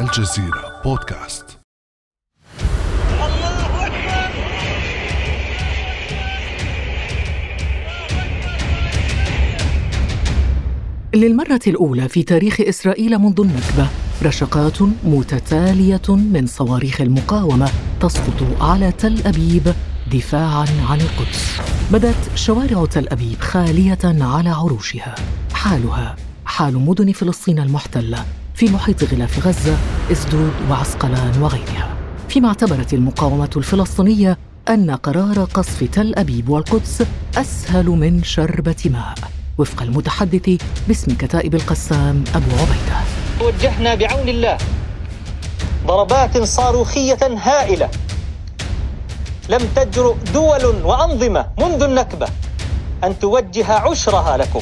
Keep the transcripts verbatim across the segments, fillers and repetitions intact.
الجزيرة بودكاست. الله أكبر. للمرة الأولى في تاريخ إسرائيل منذ النكبة رشقات متتالية من صواريخ المقاومة تسقط على تل أبيب دفاعاً عن القدس. بدت شوارع تل أبيب خالية على عروشها، حالها حال مدن فلسطين المحتلة في محيط غلاف غزة، أسدود وعسقلان وغيرها، فيما اعتبرت المقاومة الفلسطينية أن قرار قصف تل أبيب والقدس أسهل من شربة ماء، وفق المتحدث باسم كتائب القسام أبو عبيدة. وجهنا بعون الله ضربات صاروخية هائلة لم تجرؤ دول وأنظمة منذ النكبة أن توجه عشرها لكم.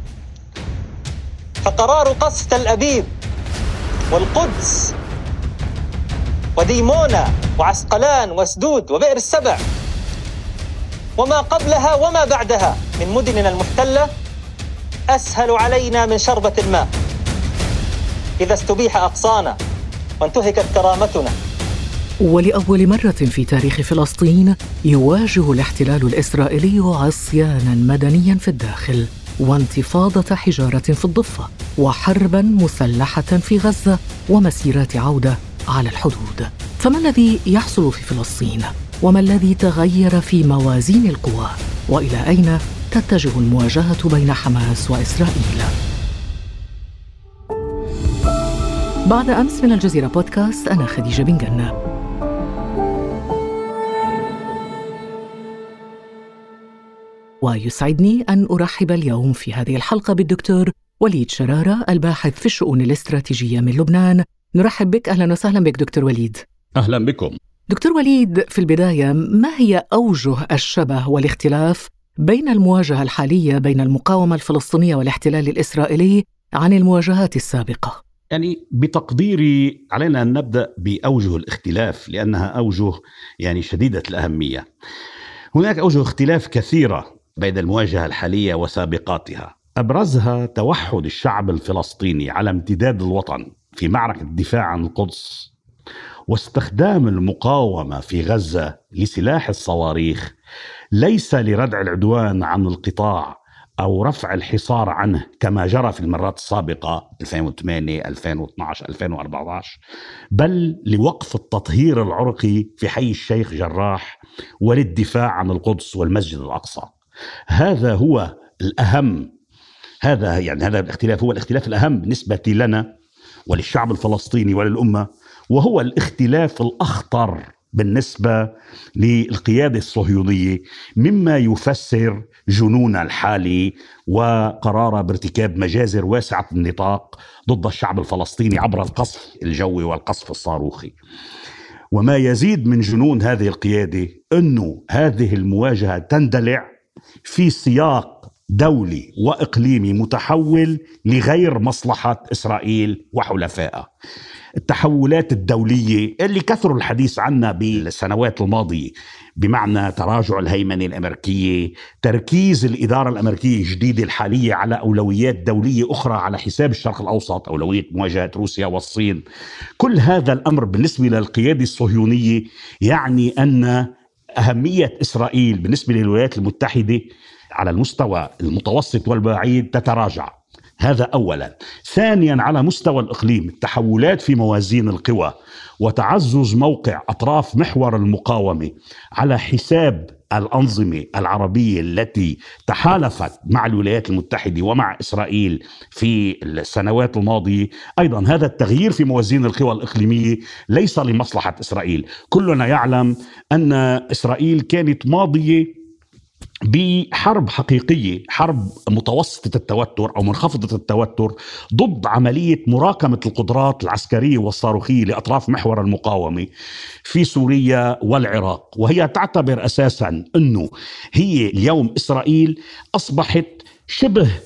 فقرار قصف تل أبيب والقدس وديمونا وعسقلان واسدود وبئر السبع وما قبلها وما بعدها من مدننا المحتلة أسهل علينا من شربة الماء إذا استبيح أقصانا وانتهكت كرامتنا. ولأول مرة في تاريخ فلسطين يواجه الاحتلال الإسرائيلي عصياناً مدنياً في الداخل، وانتفاضة حجارة في الضفة، وحرباً مسلحة في غزة، ومسيرات عودة على الحدود. فما الذي يحصل في فلسطين؟ وما الذي تغير في موازين القوى؟ وإلى أين تتجه المواجهة بين حماس وإسرائيل؟ بعد أمس من الجزيرة بودكاست، أنا خديجة بن جنة. ويسعدني أن أرحب اليوم في هذه الحلقة بالدكتور وليد شرارة، الباحث في الشؤون الاستراتيجية من لبنان. نرحب بك. أهلا وسهلا بك دكتور وليد. أهلا بكم. دكتور وليد، في البداية، ما هي أوجه الشبه والاختلاف بين المواجهة الحالية بين المقاومة الفلسطينية والاحتلال الإسرائيلي عن المواجهات السابقة؟ يعني بتقديري علينا أن نبدأ بأوجه الاختلاف، لأنها أوجه يعني شديدة الأهمية. هناك أوجه اختلاف كثيرة بين المواجهة الحالية وسابقاتها، أبرزها توحد الشعب الفلسطيني على امتداد الوطن في معركة الدفاع عن القدس، واستخدام المقاومة في غزة لسلاح الصواريخ ليس لردع العدوان عن القطاع أو رفع الحصار عنه كما جرى في المرات السابقة ألفين وثمانية ألفين واثني عشر ألفين وأربعة عشر، بل لوقف التطهير العرقي في حي الشيخ جراح وللدفاع عن القدس والمسجد الأقصى. هذا هو الأهم. هذا يعني هذا الاختلاف هو الاختلاف الأهم بالنسبة لنا وللشعب الفلسطيني وللأمة، وهو الاختلاف الأخطر بالنسبة للقيادة الصهيونية، مما يفسر جنون الحالي وقراره بارتكاب مجازر واسعة النطاق ضد الشعب الفلسطيني عبر القصف الجوي والقصف الصاروخي. وما يزيد من جنون هذه القيادة أنه هذه المواجهة تندلع في سياق دولي وإقليمي متحول لغير مصلحة إسرائيل وحلفائها. التحولات الدولية اللي كثروا الحديث عنها بالسنوات الماضية، بمعنى تراجع الهيمنة الأمريكية، تركيز الإدارة الأمريكية الجديدة الحالية على أولويات دولية أخرى على حساب الشرق الأوسط، أولوية مواجهة روسيا والصين، كل هذا الأمر بالنسبة للقيادة الصهيونية يعني أن أهمية إسرائيل بالنسبة للولايات المتحدة على المستوى المتوسط والبعيد تتراجع. هذا أولا. ثانيا، على مستوى الإقليم، التحولات في موازين القوى وتعزز موقع أطراف محور المقاومة على حساب الأنظمة العربية التي تحالفت مع الولايات المتحدة ومع إسرائيل في السنوات الماضية. أيضا هذا التغيير في موازين القوى الإقليمية ليس لمصلحة إسرائيل. كلنا يعلم أن إسرائيل كانت ماضية بحرب حقيقية، حرب متوسطة التوتر أو منخفضة التوتر ضد عملية مراكمة القدرات العسكرية والصاروخية لأطراف محور المقاومة في سوريا والعراق. وهي تعتبر أساسا أنه هي اليوم إسرائيل أصبحت شبه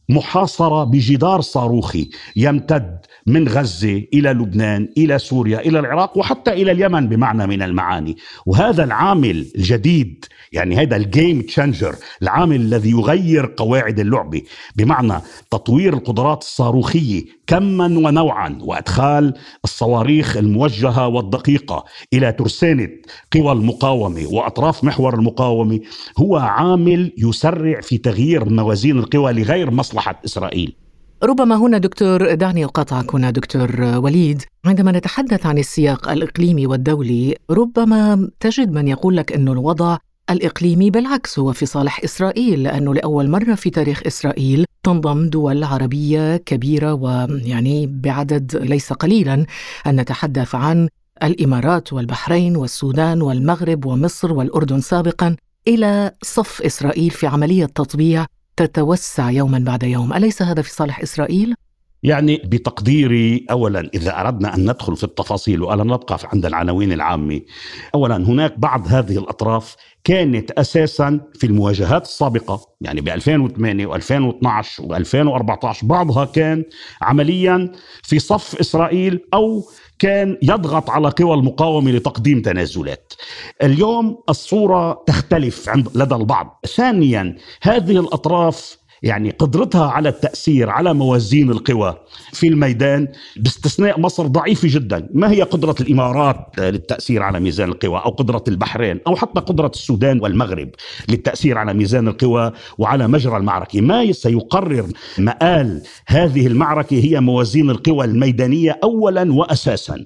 محاصرة بجدار صاروخي يمتد من غزة إلى لبنان إلى سوريا إلى العراق وحتى إلى اليمن بمعنى من المعاني. وهذا العامل الجديد، يعني هذا الجيم تشانجر، العامل الذي يغير قواعد اللعبة بمعنى تطوير القدرات الصاروخية كما ونوعا وأدخال الصواريخ الموجهة والدقيقة إلى ترسانة قوى المقاومة وأطراف محور المقاومة، هو عامل يسرع في تغيير موازين القوى لغير مصلحة إسرائيل. ربما هنا دكتور، دعني أقاطعك هنا دكتور وليد، عندما نتحدث عن السياق الإقليمي والدولي ربما تجد من يقول لك أن الوضع الإقليمي بالعكس هو في صالح إسرائيل، لأنه لأول مرة في تاريخ إسرائيل تنضم دول عربية كبيرة ويعني بعدد ليس قليلا، أن نتحدث عن الإمارات والبحرين والسودان والمغرب ومصر والأردن سابقا إلى صف إسرائيل في عملية تطبيع تتوسع يوما بعد يوم. أليس هذا في صالح إسرائيل؟ يعني بتقديري، أولا إذا أردنا أن ندخل في التفاصيل وألا نبقى عند العناوين العامة، أولا هناك بعض هذه الأطراف كانت أساسا في المواجهات السابقة، يعني ب ألفين وثمانية وألفين واثناشر وألفين وأربعة عشر بعضها كان عمليا في صف إسرائيل أو كان يضغط على قوى المقاومة لتقديم تنازلات. اليوم الصورة تختلف عند لدى البعض. ثانيا، هذه الأطراف يعني قدرتها على التأثير على موازين القوى في الميدان باستثناء مصر ضعيفة جدا. ما هي قدرة الإمارات للتأثير على ميزان القوى، أو قدرة البحرين، أو حتى قدرة السودان والمغرب للتأثير على ميزان القوى وعلى مجرى المعركة؟ ما سيقرر مآل هذه المعركة هي موازين القوى الميدانية أولا وأساسا،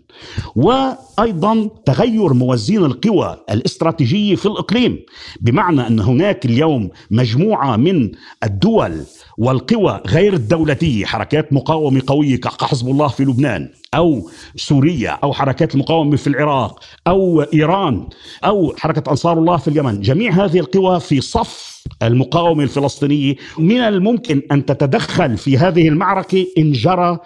وأيضا تغير موازين القوى الاستراتيجية في الإقليم، بمعنى أن هناك اليوم مجموعة من الدول والقوى غير الدولتية، حركات مقاومة قوية كحزب الله في لبنان أو سوريا أو حركات المقاومة في العراق أو إيران أو حركة أنصار الله في اليمن، جميع هذه القوى في صف المقاومة الفلسطينية. من الممكن أن تتدخل في هذه المعركة إن جرى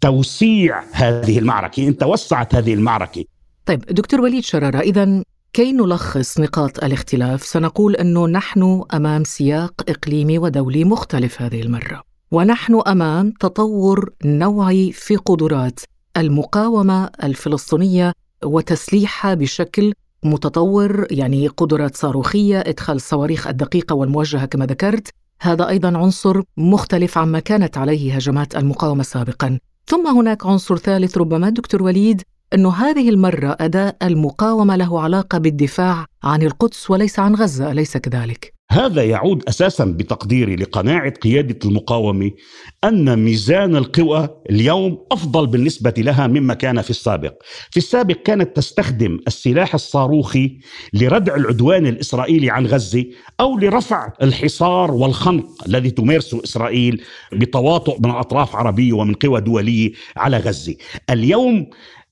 توسيع هذه المعركة، إن توسعت هذه المعركة. طيب دكتور وليد شرارة، إذن كي نلخص نقاط الاختلاف سنقول أنه نحن أمام سياق إقليمي ودولي مختلف هذه المرة، ونحن أمام تطور نوعي في قدرات المقاومة الفلسطينية وتسليحها بشكل متطور، يعني قدرات صاروخية، إدخال الصواريخ الدقيقة والموجهة كما ذكرت، هذا أيضا عنصر مختلف عما كانت عليه هجمات المقاومة سابقا. ثم هناك عنصر ثالث ربما دكتور وليد، أنه هذه المرة أداء المقاومة له علاقة بالدفاع عن القدس وليس عن غزة، أليس كذلك؟ هذا يعود أساسا بتقديري لقناعة قيادة المقاومة أن ميزان القوى اليوم أفضل بالنسبة لها مما كان في السابق. في السابق كانت تستخدم السلاح الصاروخي لردع العدوان الإسرائيلي عن غزة أو لرفع الحصار والخنق الذي تمارسه إسرائيل بتواطؤ من أطراف عربية ومن قوى دولية على غزة. اليوم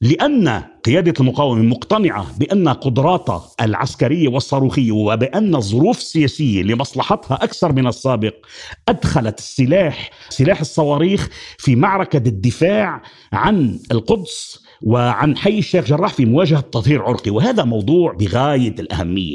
لأن قيادة المقاومة مقتنعة بأن قدراتها العسكرية والصاروخية وبأن الظروف السياسية لمصلحتها أكثر من السابق، أدخلت السلاح سلاح الصواريخ في معركة الدفاع عن القدس وعن حي الشيخ جراح في مواجهة تطهير عرقي. وهذا موضوع بغاية الأهمية،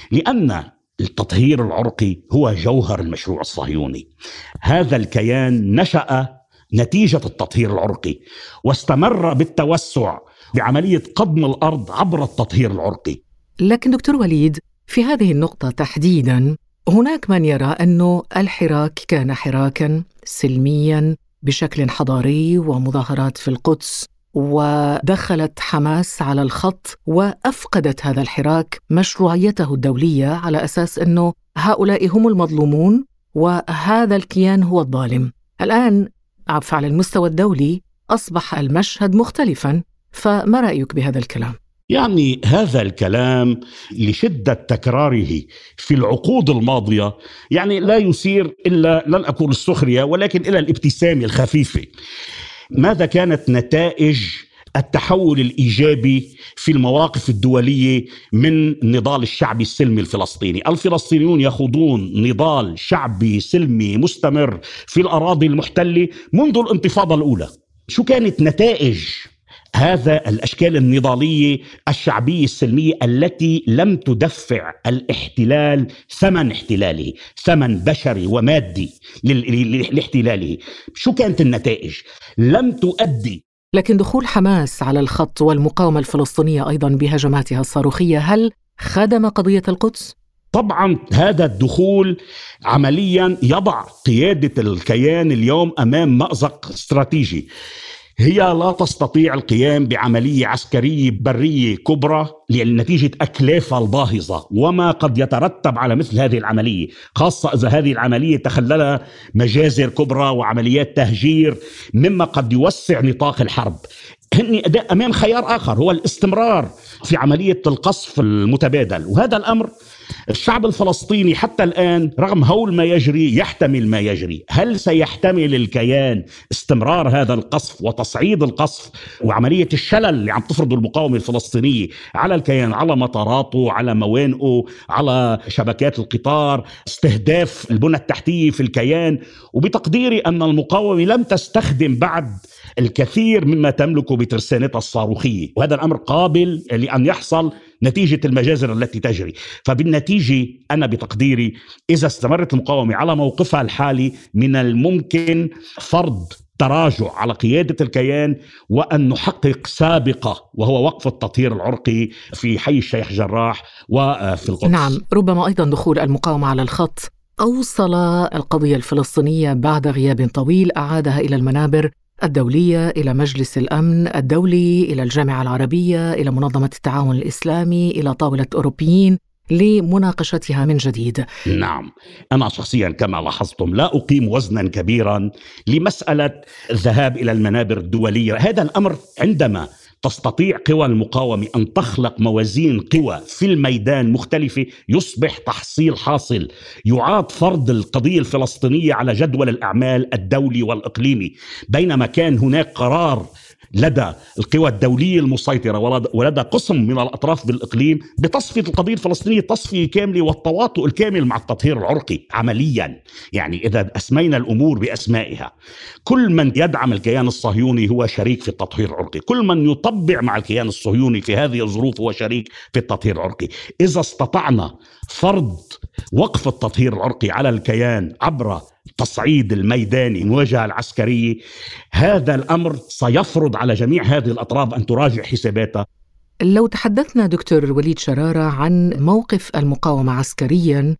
لأن التطهير العرقي هو جوهر المشروع الصهيوني. هذا الكيان نشأ نتيجة التطهير العرقي واستمر بالتوسع بعملية قضم الأرض عبر التطهير العرقي. لكن دكتور وليد، في هذه النقطة تحديدا هناك من يرى أنه الحراك كان حراكا سلميا بشكل حضاري ومظاهرات في القدس، ودخلت حماس على الخط وأفقدت هذا الحراك مشروعيته الدولية على أساس أنه هؤلاء هم المظلومون وهذا الكيان هو الظالم. الآن على المستوى الدولي أصبح المشهد مختلفا، فما رأيك بهذا الكلام؟ يعني هذا الكلام لشدة تكراره في العقود الماضية يعني لا يثير إلا، لن أقول السخرية، ولكن إلى الابتسامة الخفيفة. ماذا كانت نتائج التحول الإيجابي في المواقف الدولية من نضال الشعبي السلمي الفلسطيني؟ الفلسطينيون يخوضون نضال شعبي سلمي مستمر في الأراضي المحتلة منذ الانتفاضة الأولى. شو كانت نتائج هذا الأشكال النضالية الشعبية السلمية التي لم تدفع الاحتلال ثمن احتلاله، ثمن بشري ومادي لاحتلاله. شو كانت النتائج؟ لم تؤدي. لكن دخول حماس على الخط والمقاومة الفلسطينية أيضا بهجماتها الصاروخية هل خدم قضية القدس؟ طبعا هذا الدخول عمليا يضع قيادة الكيان اليوم أمام مأزق استراتيجي. هي لا تستطيع القيام بعملية عسكرية برية كبرى لنتيجة أكلافها الباهظة وما قد يترتب على مثل هذه العملية، خاصة إذا هذه العملية تخللها مجازر كبرى وعمليات تهجير مما قد يوسع نطاق الحرب. هن أمام خيار آخر هو الاستمرار في عملية القصف المتبادل، وهذا الأمر الشعب الفلسطيني حتى الآن رغم هول ما يجري يحتمل ما يجري. هل سيحتمل الكيان استمرار هذا القصف وتصعيد القصف وعملية الشلل اللي عم تفرض المقاومة الفلسطينية على الكيان، على مطاراته، على موانئه، على شبكات القطار، استهداف البنى التحتية في الكيان؟ وبتقديري أن المقاومة لم تستخدم بعد الكثير مما تملكه بترسانتها الصاروخية، وهذا الأمر قابل لأن يحصل نتيجة المجازر التي تجري. فبالنتيجة أنا بتقديري إذا استمرت المقاومة على موقفها الحالي من الممكن فرض تراجع على قيادة الكيان وأن نحقق سابقة وهو وقف التطهير العرقي في حي الشيخ جراح وفي القدس. نعم، ربما أيضا دخول المقاومة على الخط أوصل القضية الفلسطينية بعد غياب طويل أعادها إلى المنابر الدولية، إلى مجلس الأمن الدولي، إلى الجامعة العربية، إلى منظمة التعاون الإسلامي، إلى طاولة أوروبيين لمناقشتها من جديد. نعم، أنا شخصيا كما لاحظتم لا أقيم وزنا كبيرا لمسألة الذهاب إلى المنابر الدولية. هذا الأمر عندما تستطيع قوى المقاومة أن تخلق موازين قوى في الميدان مختلفة يصبح تحصيل حاصل، يعاد فرض القضية الفلسطينية على جدول الأعمال الدولي والإقليمي، بينما كان هناك قرار لدى القوى الدولية المسيطرة ولدى قسم من الأطراف بالإقليم بتصفية القضية الفلسطينية تصفية كاملة والتواطؤ الكامل مع التطهير العرقي عمليا. يعني إذا أسمينا الأمور بأسمائها، كل من يدعم الكيان الصهيوني هو شريك في التطهير العرقي، كل من يطبع مع الكيان الصهيوني في هذه الظروف هو شريك في التطهير العرقي. إذا استطعنا فرض وقف التطهير العرقي على الكيان عبر تصعيد الميداني المواجهة العسكرية، هذا الأمر سيفرض على جميع هذه الأطراف أن تراجع حساباتها. لو تحدثنا دكتور وليد شرارة عن موقف المقاومة عسكريا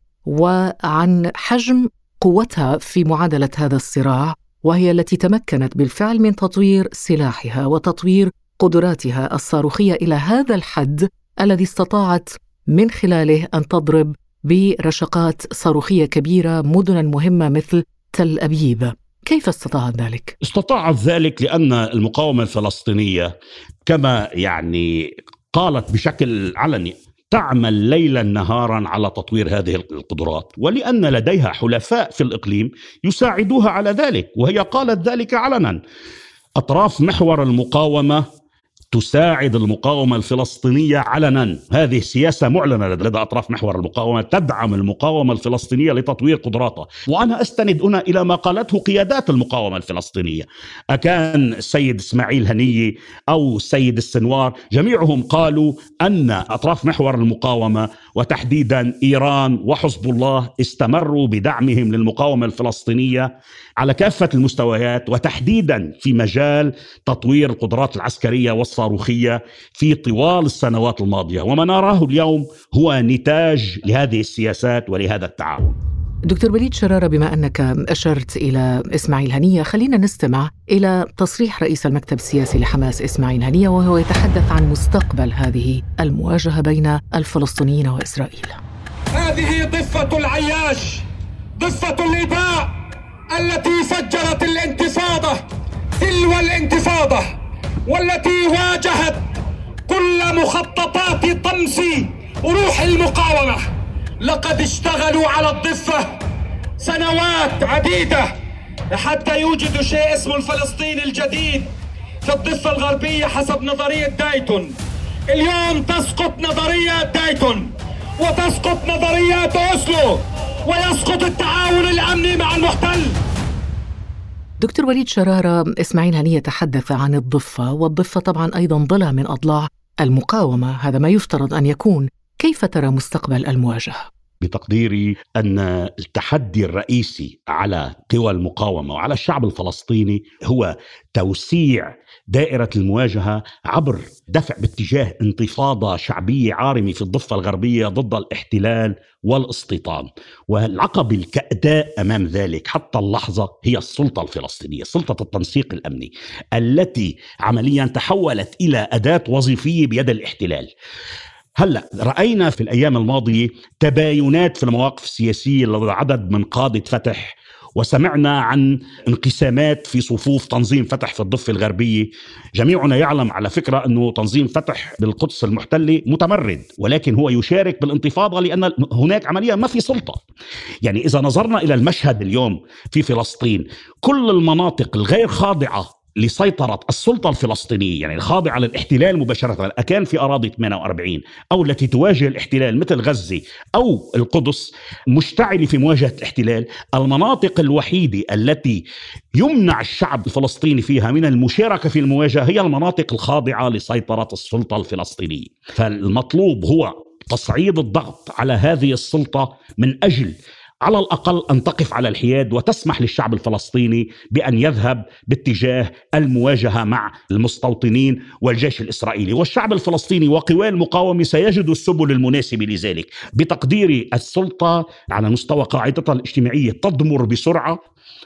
وعن حجم قوتها في معادلة هذا الصراع، وهي التي تمكنت بالفعل من تطوير سلاحها وتطوير قدراتها الصاروخية إلى هذا الحد الذي استطاعت من خلاله أن تضرب برشقات صاروخية كبيرة مدنا مهمة مثل تل أبيب، كيف استطاعت ذلك؟ استطاعت ذلك لأن المقاومة الفلسطينية كما يعني قالت بشكل علني تعمل ليلا نهارا على تطوير هذه القدرات، ولأن لديها حلفاء في الإقليم يساعدوها على ذلك، وهي قالت ذلك علنا. أطراف محور المقاومة تساعد المقاومة الفلسطينية علنا، هذه سياسة معلنة لدى أطراف محور المقاومة، تدعم المقاومة الفلسطينية لتطوير قدراتها. وأنا أستند هنا إلى ما قالته قيادات المقاومة الفلسطينية، أكان السيد إسماعيل هنية أو السيد السنوار، جميعهم قالوا أن أطراف محور المقاومة وتحديدا إيران وحزب الله استمروا بدعمهم للمقاومة الفلسطينية على كافة المستويات، وتحديدا في مجال تطوير القدرات العسكرية والصاروخية في طوال السنوات الماضية، وما نراه اليوم هو نتاج لهذه السياسات ولهذا التعاون. دكتور وليد شرارة، بما أنك أشرت إلى إسماعيل هنية، خلينا نستمع إلى تصريح رئيس المكتب السياسي لحماس إسماعيل هنية وهو يتحدث عن مستقبل هذه المواجهة بين الفلسطينيين وإسرائيل. هذه ضفة العياش، ضفة الإباء التي فجرت الانتفاضة تلو الانتفاضة، والتي واجهت كل مخططات طمس روح المقاومة. لقد اشتغلوا على الضفة سنوات عديدة حتى يوجدوا شيء اسمه الفلسطين الجديد في الضفة الغربية حسب نظرية دايتون. اليوم تسقط نظرية دايتون وتسقط نظريات أوسلو ويسقط التعاون الأمني مع المحتل. دكتور وليد شرارة، إسماعيل هنية تحدث عن الضفة، والضفة طبعا أيضا ضلع من أضلاع المقاومة، هذا ما يفترض أن يكون. كيف ترى مستقبل المواجهة؟ بتقديري أن التحدي الرئيسي على قوى المقاومة وعلى الشعب الفلسطيني هو توسيع دائرة المواجهة عبر دفع باتجاه انتفاضة شعبية عارمة في الضفة الغربية ضد الاحتلال والاستيطان. والعقبة الكأداء أمام ذلك حتى اللحظة هي السلطة الفلسطينية، سلطة التنسيق الأمني التي عمليا تحولت إلى أداة وظيفية بيد الاحتلال. هلأ رأينا في الأيام الماضية تباينات في المواقف السياسية لعدد من قادة فتح، وسمعنا عن انقسامات في صفوف تنظيم فتح في الضفة الغربية. جميعنا يعلم على فكرة أنه تنظيم فتح بالقدس المحتلة متمرد، ولكن هو يشارك بالانتفاضة لأن هناك عمليا ما في سلطة. يعني إذا نظرنا إلى المشهد اليوم في فلسطين، كل المناطق الغير خاضعة لسيطرة السلطة الفلسطينية، يعني الخاضعة للاحتلال مباشرة، أكان في أراضي ثمانية وأربعين أو التي تواجه الاحتلال مثل غزة أو القدس، مشتعلة في مواجهة الاحتلال. المناطق الوحيدة التي يمنع الشعب الفلسطيني فيها من المشاركة في المواجهة هي المناطق الخاضعة لسيطرة السلطة الفلسطينية. فالمطلوب هو تصعيد الضغط على هذه السلطة من أجل على الأقل أن تقف على الحياد وتسمح للشعب الفلسطيني بأن يذهب باتجاه المواجهة مع المستوطنين والجيش الإسرائيلي. والشعب الفلسطيني وقوى المقاومة سيجد السبل المناسبة لذلك. بتقديري السلطة على مستوى قاعدتها الاجتماعية تضمر بسرعة،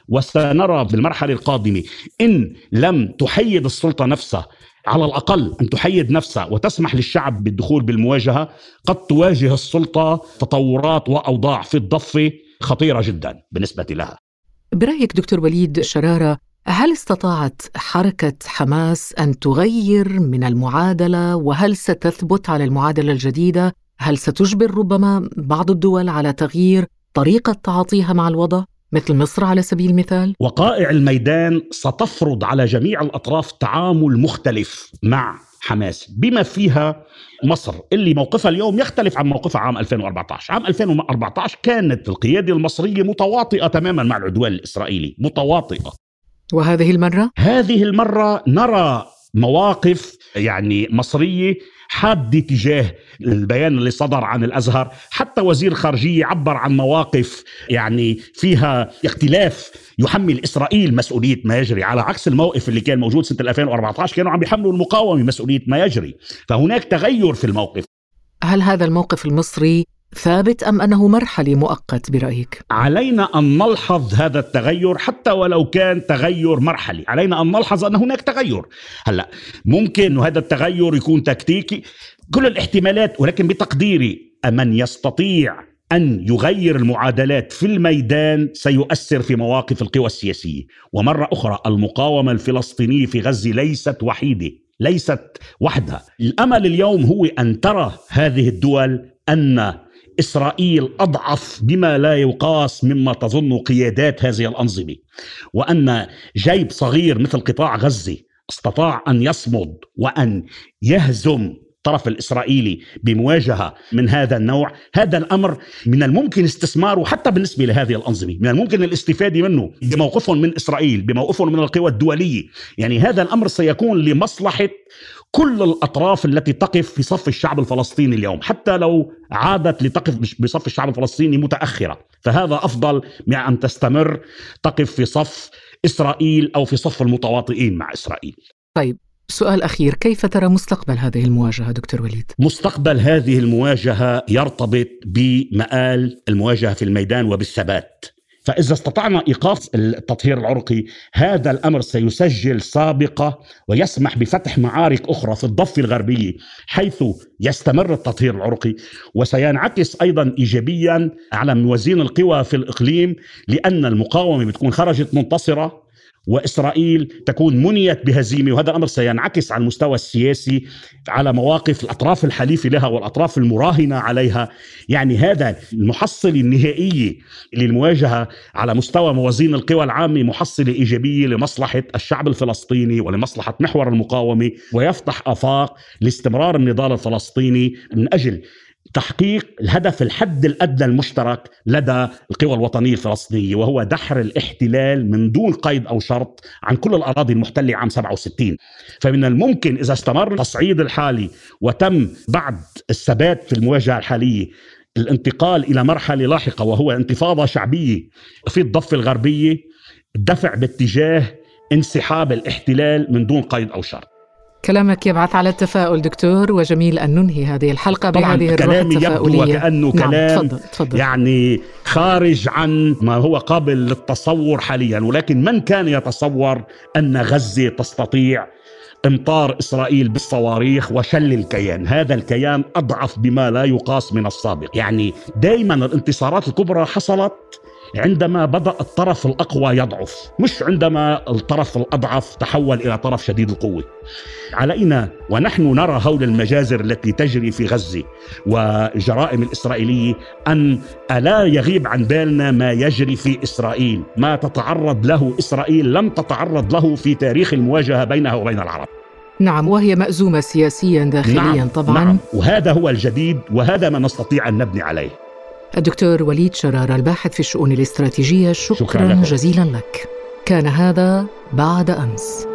وسنرى بالمرحلة القادمة إن لم تحيد السلطة نفسها على الأقل أن تحيد نفسها وتسمح للشعب بالدخول بالمواجهة، قد تواجه السلطة تطورات وأوضاع في الضفة خطيرة جدا بالنسبة لها. برأيك دكتور وليد شرارة، هل استطاعت حركة حماس أن تغير من المعادلة؟ وهل ستثبت على المعادلة الجديدة؟ هل ستجبر ربما بعض الدول على تغيير طريقة تعاطيها مع الوضع مثل مصر على سبيل المثال؟ وقائع الميدان ستفرض على جميع الأطراف تعامل مختلف مع حماس، بما فيها مصر اللي موقفها اليوم يختلف عن موقفها عام ألفين وأربعة عشر. عام ألفين وأربعة عشر كانت القيادة المصرية متواطئة تماما مع العدوان الإسرائيلي، متواطئة. وهذه المرة؟ هذه المرة نرى مواقف يعني مصرية حادة تجاه البيان اللي صدر عن الأزهر. حتى وزير الخارجية عبر عن مواقف يعني فيها اختلاف يحمل إسرائيل مسؤولية ما يجري، على عكس الموقف اللي كان موجود سنة ألفين وأربعة عشر كانوا عم يحملوا المقاومة مسؤولية ما يجري. فهناك تغير في الموقف. هل هذا الموقف المصري ثابت أم أنه مرحلي مؤقت برأيك؟ علينا أن نلحظ هذا التغير حتى ولو كان تغير مرحلي. علينا أن نلحظ أن هناك تغير. هلأ ممكن أن هذا التغير يكون تكتيكي، كل الاحتمالات، ولكن بتقديري من يستطيع أن يغير المعادلات في الميدان سيؤثر في مواقف القوى السياسية. ومرة أخرى المقاومة الفلسطينية في غزة ليست وحيدة، ليست وحدها. الأمل اليوم هو أن ترى هذه الدول أن إسرائيل أضعف بما لا يقاس مما تظن قيادات هذه الأنظمة، وأن جيب صغير مثل قطاع غزة استطاع أن يصمد وأن يهزم الطرف الإسرائيلي بمواجهة من هذا النوع. هذا الأمر من الممكن استثماره حتى بالنسبة لهذه الأنظمة، من الممكن الاستفادة منه بموقفهم من إسرائيل، بموقفهم من القوى الدولية. يعني هذا الأمر سيكون لمصلحة كل الأطراف التي تقف في صف الشعب الفلسطيني اليوم، حتى لو عادت لتقف بصف الشعب الفلسطيني متأخرة، فهذا أفضل من أن تستمر تقف في صف إسرائيل أو في صف المتواطئين مع إسرائيل. طيب، سؤال أخير، كيف ترى مستقبل هذه المواجهة دكتور وليد؟ مستقبل هذه المواجهة يرتبط بمآل المواجهة في الميدان وبالثبات. فإذا استطعنا إيقاف التطهير العرقي، هذا الأمر سيسجل سابقة ويسمح بفتح معارك أخرى في الضفة الغربية حيث يستمر التطهير العرقي، وسينعكس أيضا إيجابيا على موازين القوى في الإقليم، لأن المقاومة بتكون خرجت منتصرة وإسرائيل تكون منيت بهزيمة. وهذا الأمر سينعكس على المستوى السياسي على مواقف الأطراف الحليفة لها والأطراف المراهنة عليها. يعني هذا المحصلة النهائية للمواجهة على مستوى موازين القوى العامة محصلة إيجابية لمصلحة الشعب الفلسطيني ولمصلحة محور المقاومة، ويفتح آفاق لاستمرار النضال الفلسطيني من أجل تحقيق الهدف الحد الأدنى المشترك لدى القوى الوطنية الفلسطينية، وهو دحر الاحتلال من دون قيد أو شرط عن كل الأراضي المحتلة عام سبعة وستين. فمن الممكن إذا استمر التصعيد الحالي وتم بعد الثبات في المواجهة الحالية الانتقال إلى مرحلة لاحقة، وهو انتفاضة شعبية في الضفة الغربية، الدفع باتجاه انسحاب الاحتلال من دون قيد أو شرط. كلامك يبعث على التفاؤل دكتور، وجميل أن ننهي هذه الحلقة بهذه الروح التفاؤلية. التفاؤلية. يبدو وكأنه نعم. كلام تفضل. تفضل. يعني خارج عن ما هو قابل للتصور حاليا، ولكن من كان يتصور أن غزة تستطيع امطار إسرائيل بالصواريخ وشل الكيان؟ هذا الكيان أضعف بما لا يقاس من السابق. يعني دائما الانتصارات الكبرى حصلت عندما بدأ الطرف الأقوى يضعف، مش عندما الطرف الأضعف تحول إلى طرف شديد القوة. علينا ونحن نرى هول المجازر التي تجري في غزة وجرائم الإسرائيلية أن ألا يغيب عن بالنا ما يجري في إسرائيل. ما تتعرض له إسرائيل لم تتعرض له في تاريخ المواجهة بينها وبين العرب. نعم، وهي مأزومة سياسيا داخليا. نعم. طبعا. نعم. وهذا هو الجديد، وهذا ما نستطيع أن نبني عليه. الدكتور وليد شرارة، الباحث في الشؤون الاستراتيجية، شكرا, شكرا جزيلا لك. كان هذا بعد أمس.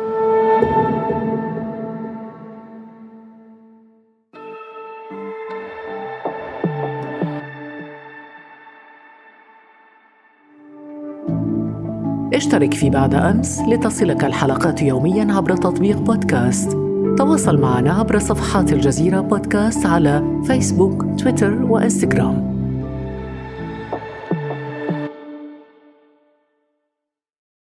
اشترك في بعد أمس لتصلك الحلقات يوميا عبر تطبيق بودكاست. تواصل معنا عبر صفحات الجزيرة بودكاست على فيسبوك، تويتر وإنستغرام.